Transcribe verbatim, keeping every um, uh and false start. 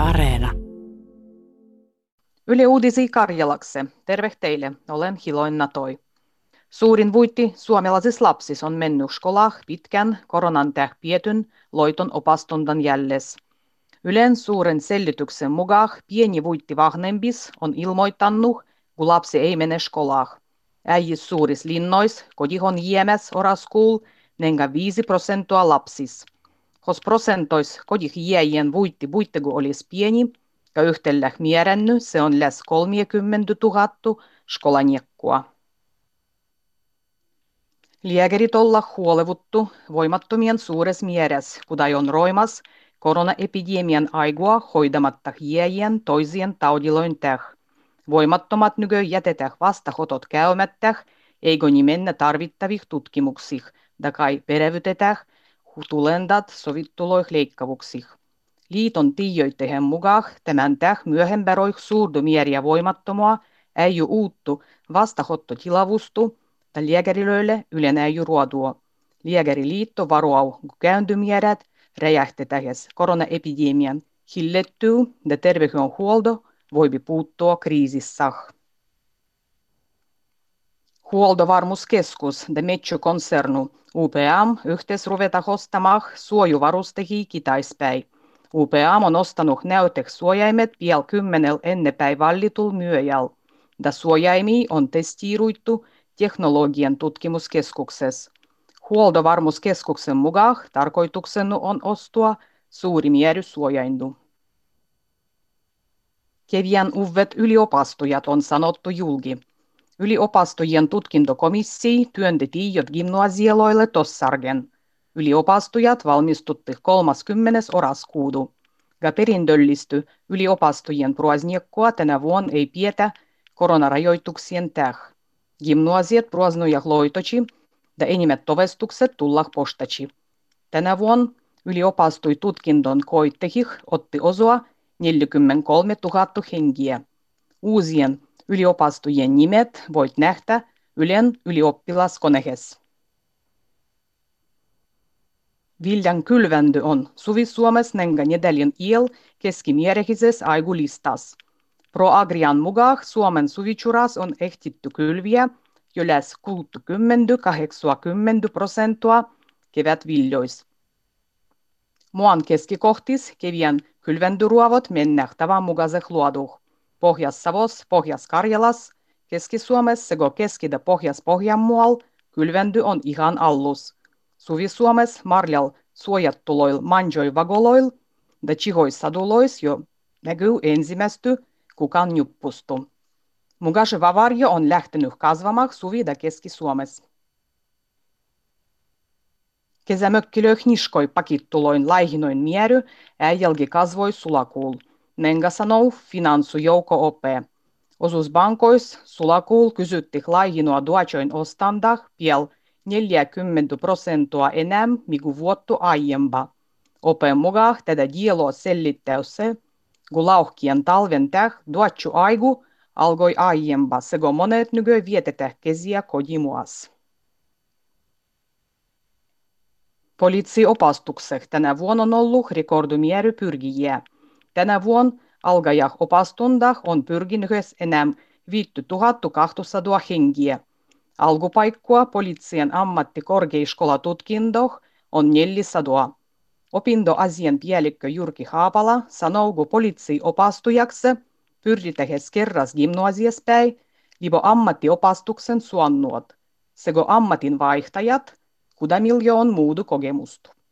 Areena. Yle Uudisi Karjalakse. Terve teille, olen Hiloin Natoi. Suurin vuitti suomalaisissa lapsissa on mennyt skolah pitkän koronan tähpietyn loiton opastundan jälles. Ylen suuren selvityksen mukaan pieni vuitti vahvempis on ilmoittanut, kun lapsi ei mene skolah. Äijis suuris linnois, kodihon jiemäs oraskuul, nenga viisi prosenttia lapsis. Hos prosentois kodih jiejien vuitti vuittegu olis pieni, ja yhtellä mieränny se on läs kolmekymmentätuhatta skolaniekkoa. Lääkärit olla huolevuttu voimattomien suures mieres, kudai on roimas koronaepidemian aigua hoidamatta hiejien toisien taudiloin täh. Voimattomat nykö jätetään vastahotot käymättä, eikö ni mennä tarvittavih tutkimuksih, da kai perevytetään tulendat sovittuloih leikkavuksih. Liiton tiijoitehen mukaan tämän täh myöhempäroih suurdomieriä voimattomaa äijy uuttu vastahottotilavustu tai lääkärilöille ylen äijy ruoduo. Lääkäriliitto varoau, kun käyntymierät räjähtetähes koronaepidemian hillettyy ja terveydenhuolto voipi puuttua kriisissah. Huoltovarmuuskeskus ja Metso-konsernu U P M yhteis ruveta hostamah suojuvarustehi kitäispäin. U P M on ostanut näyteksi suojaimet piel kymmenel ennepäin vallitul myöjäl. Da suojaimia on testiiruittu teknologian tutkimuskeskuksessa. Huoltovarmuuskeskuksen mukaan tarkoituksena on ostua suuri mieryssuojaindu. Kevien uvet yliopastujat on sanottu julki. Yliopastujien tutkintokomissii työnti tiijot gymnasialoille tossargen. Yliopastujat valmistutti kolmaskymmenes oraskuudu. Ja perindöllisty yliopastujien pruasniekkoa tänä vuonna ei pietä koronarajoituksien täh. Gymnasiat pruasnujah loitoci ja enimmät tovestukset tullah postaci. Tänä vuonna yliopastui tutkinton koittehih otti osoa neljäkymmentäkolmetuhatta hengiä. Uusien yliopastujien nimet voit nähdä Ylen ylioppilaskonehes. Viljan kylvändy on Suvi-Suomes nenga nedäljen iel keskimierehises aigulistas. ProAgrian mukaan Suomen suvichuras on ehtitty kylviä jo läs kuusikymmentä–kahdeksankymmentä prosenttia kevätviljois. Muan keskikohtis kevien kylvändyruovot mennähtävän mukaiseh luoduh. Pohjas-Savos, Pohjas-Karjalas, Keski-Suomessa sekä Keski- ja Pohjas-Pohjanmual kylvändy on ihan allus. Suvi-Suomessa marjal suojattuloil manjoi vagoloil ja chihoissadulois jo näkyy ensimmäisty kukan juppustu. Mugase vavarjo on lähtenyt kasvamaan Suvi- ja Keski-Suomessa. Kesämökkilöh niskoi pakittuloin laihinoin miery äijälgi kasvoi sulakuul. Nenga sanoo finanssu jouko opee. Osuusbankois sulakuul kysytti laihinoa duajoin ostandah piel neljäkymmentä prosenttia enää migu vuottu aiempa. Opeen mukaan tätä dieloa sellittäyse, kun lauhkien talven täh duatju aigu algoi aiempa, sego monet nykö vietetään kesiä kojimuas. Poliitsiopastukseh tänä vuonna on ollut rekordumiery pyrgijiä. Tänä vuonna algajah opastundah on pyrginyhes enää viisituhattakaksisataa hengiä. Alkupaikkua poliittien ammattikorkeaskolatutkintoh on neljäsataa. Opintoasianpäällikkö Jyrki Haapala sanoo, kun poliitsiopastujaksi pyrditähes kerras gymnasiaspäin, libo ammattiopastuksen suonnuot, sekä ammatin vaihtajat, kuda miljoon muudu kokemusta.